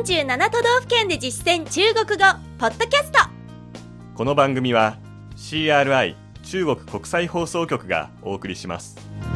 47都道府県で実践中国語ポッドキャスト。 この番組は CRI 中国国際放送局がお送りします。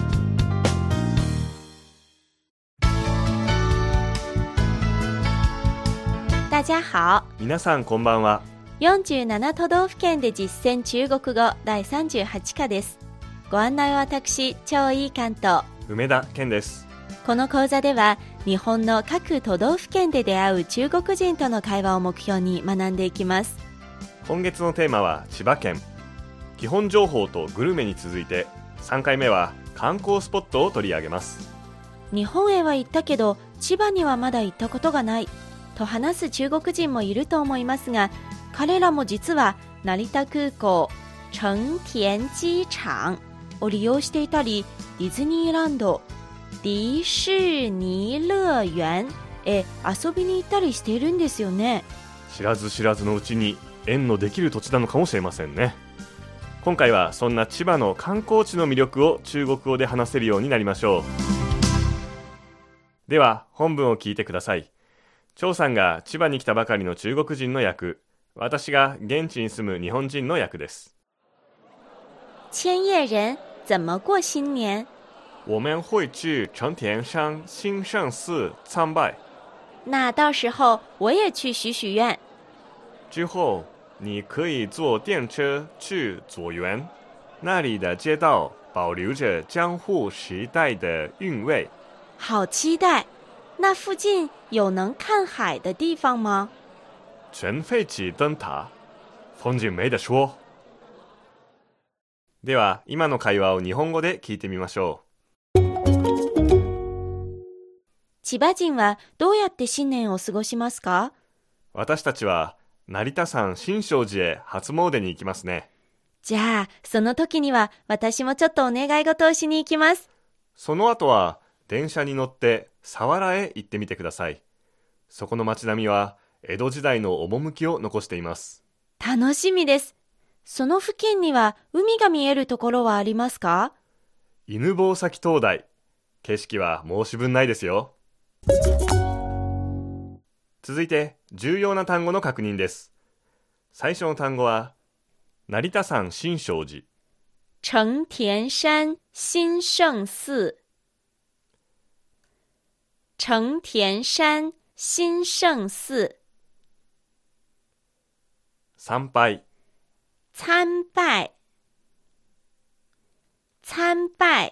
大家好。 皆さんこんばんは。 47都道府県で実践中国語第38課です。ご案内は私、張井関東、 梅田健です。 この講座では日本の各都道府県で出会う中国人との会話を目標に学んでいきます。 今月のテーマは千葉県。基本情報とグルメに続いて3回目は観光スポットを取り上げます。 日本へは行ったけど千葉にはまだ行ったことがないと話す中国人もいると思いますが、彼らも実は成田空港成田機場を利用していたり、ディズニーランド迪士尼乐園へ遊びに行ったりしているんですよね。 知らず知らずのうちに縁のできる土地なのかもしれませんね。今回はそんな千葉の観光地の魅力を中国語で話せるようになりましょう。では本文を聞いてください。張さんが千葉に来たばかりの中国人の役、私が現地に住む日本人の役です。 千叶人怎么过新年？ 我们会去成田山新胜寺参拜。 那到时候我也去许许愿。 之后你可以坐电车去左园，那里的街道保留着江户时代的韵味。 好期待！那附近有能看海的地方吗？ 全废弃灯塔，风景没得说。では今の会話を日本語で聞いてみましょう。 千葉人はどうやって新年を過ごしますか？ 私たちは成田山新勝寺へ初詣に行きますね。 じゃあその時には私もちょっとお願い事をしに行きます。 その後は電車に乗って佐原へ行ってみてください。そこの街並みは江戸時代の趣を残しています。 楽しみです。その付近には海が見えるところはありますか？ 犬吠埼灯台。景色は申し分ないですよ。続いて重要な単語の確認です。最初の単語は成田山新勝寺、 成田山新勝寺、成田山新勝寺。 参拝、 参拝、参拝。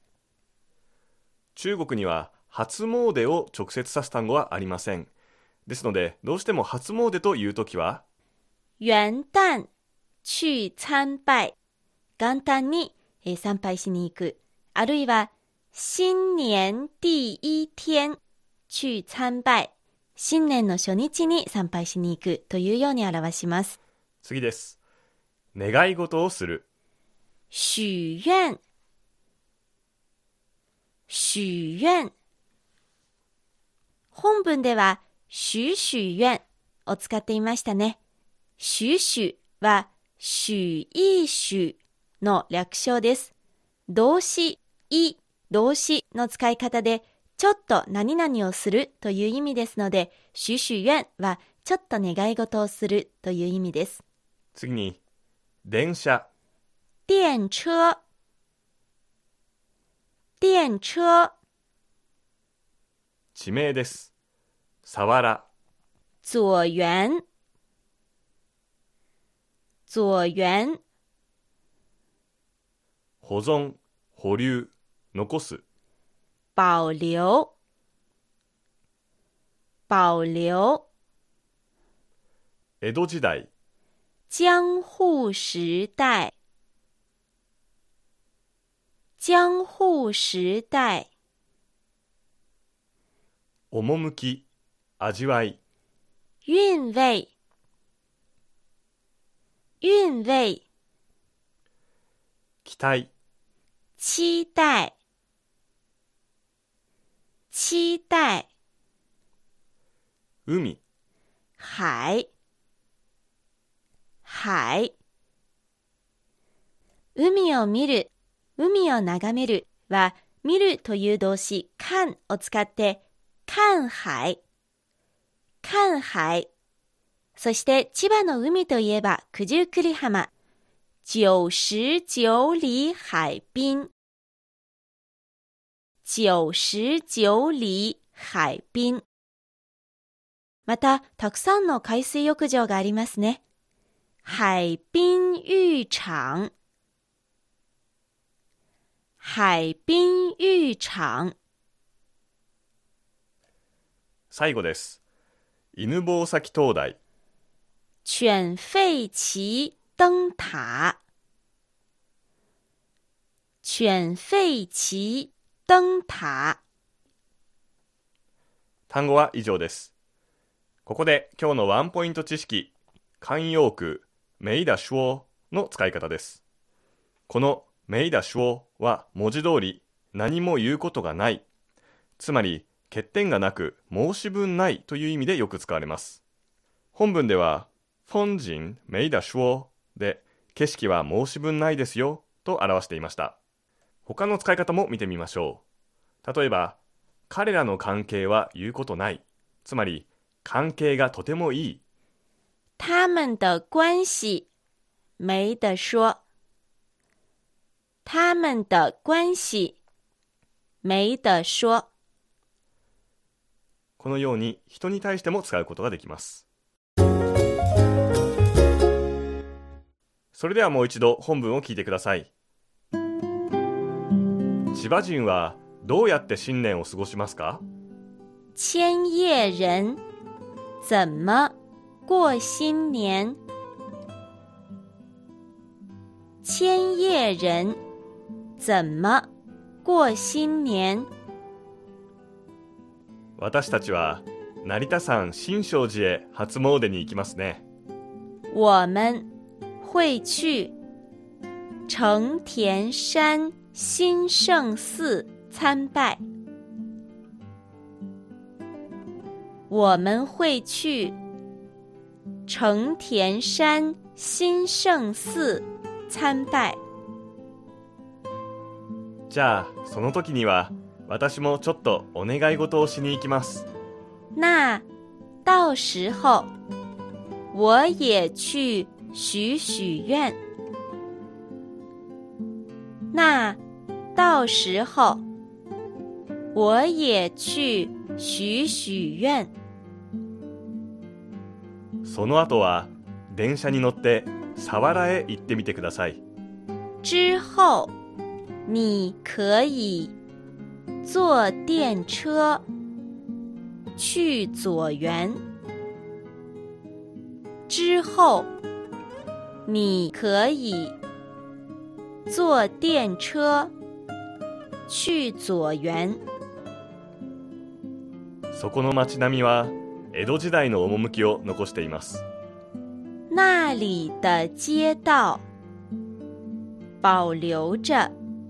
中国には初詣を直接指す単語はありません。ですのでどうしても初詣というときは元旦去参拝、元旦に参拝しに行く、あるいは新年第一天去参拝、新年の初日に参拝しに行くというように表します。 次です。願い事をする、 許願、許願。本文では許許願を使っていましたね。許許は許意許の略称です。動詞、意、動詞の使い方でちょっと何々をするという意味ですので、許許願はちょっと願い事をするという意味です。 次に電車、 電車、電車。 地名です。佐原、 左園、左園。 保存、保留、残す、 保留、保留。 江戸時代、 江户時代、江户時代。 趣、味わい、 韻味、韻味。 期待、 期待、期待。 海、 海、海。海を見る、海を眺めるは見るという動詞看を使って看海、 看海。そして千葉の海といえば九十九里浜。99里海滨。99里海滨。また、たくさんの海水浴場がありますね。海滨浴場。海滨浴場。 最後です。犬吠埼灯台。 犬吠旗灯塔。犬吠旗灯塔。 単語は以上です。ここで今日のワンポイント知識、慣用句、没得說の使い方です。この没得說は文字通り何も言うことがない、つまり欠点がなく申し分ないという意味でよく使われます。本文では風景没得說で景色は申し分ないですよと表していました。他の使い方も見てみましょう。例えば、彼らの関係は言うことない、つまり関係がとてもいい。 他们的关系没得说。他们的关系没得说。 このように人に対しても使うことができます。それではもう一度本文を聞いてください。千葉人はどうやって新年を過ごしますか？ 千叶人怎么过新年？千叶人怎么过新年？ 私たちは成田山新勝寺へ初詣に行きますね。 我们会去成田山新胜寺参拜。我们会去成田山新胜寺参拜。 じゃあその時には私もちょっとお願い事をしに行きます。 那到时候我也去许许愿。那到时候我也去许许愿。 その後は電車に乗って佐原へ行ってみてください。 之后你可以坐电车去左园。之后你可以坐电车去左园。 そこの街並みは江戸時代の趣を残しています。 那里的街道保留着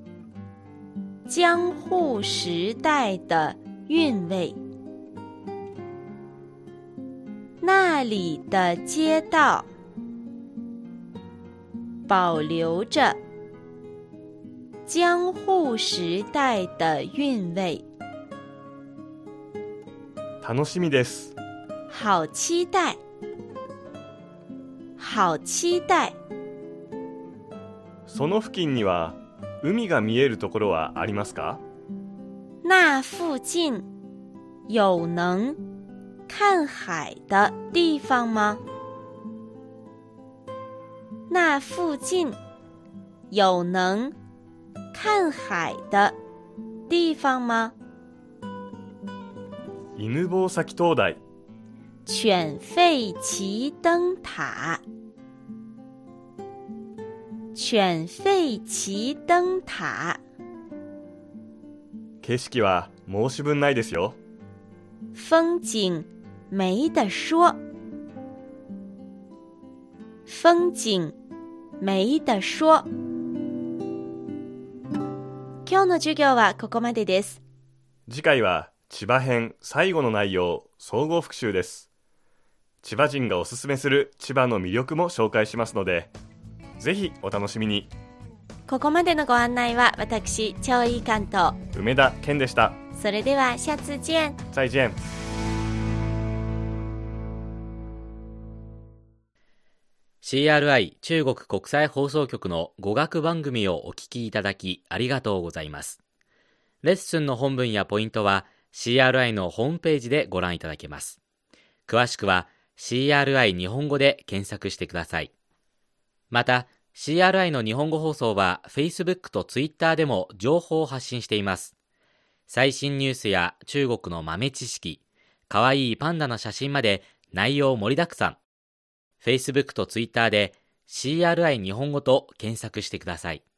江户时代的韵味。那里的街道保留着江户时代的韵味。 楽しみです。 好期待。好期待。 その付近には海が見えるところはありますか？ 那附近有能看海的地方吗？那附近有能看海的地方吗？ 犬吠埼灯台。 犬吠旗灯塔。犬吠旗灯塔。 景色は申し分ないですよ。 風景没得说。風景没得说。今日の授業はここまでです。 次回は千葉編最後の内容、総合復習です。千葉人がおすすめする千葉の魅力も紹介しますので、ぜひお楽しみに。 ここまでのご案内は私、張井関と梅田健でした。 それでは下次見。 再见。 CRI 中国国際放送局の語学番組をお聞きいただきありがとうございます。レッスンの本文やポイントは CRI のホームページでご覧いただけます。詳しくは CRI 日本語で検索してください。また、CRI の日本語放送は Facebook と Twitter でも情報を発信しています。最新ニュースや中国の豆知識、かわいいパンダの写真まで内容盛りだくさん。Facebook と Twitter で CRI 日本語と検索してください。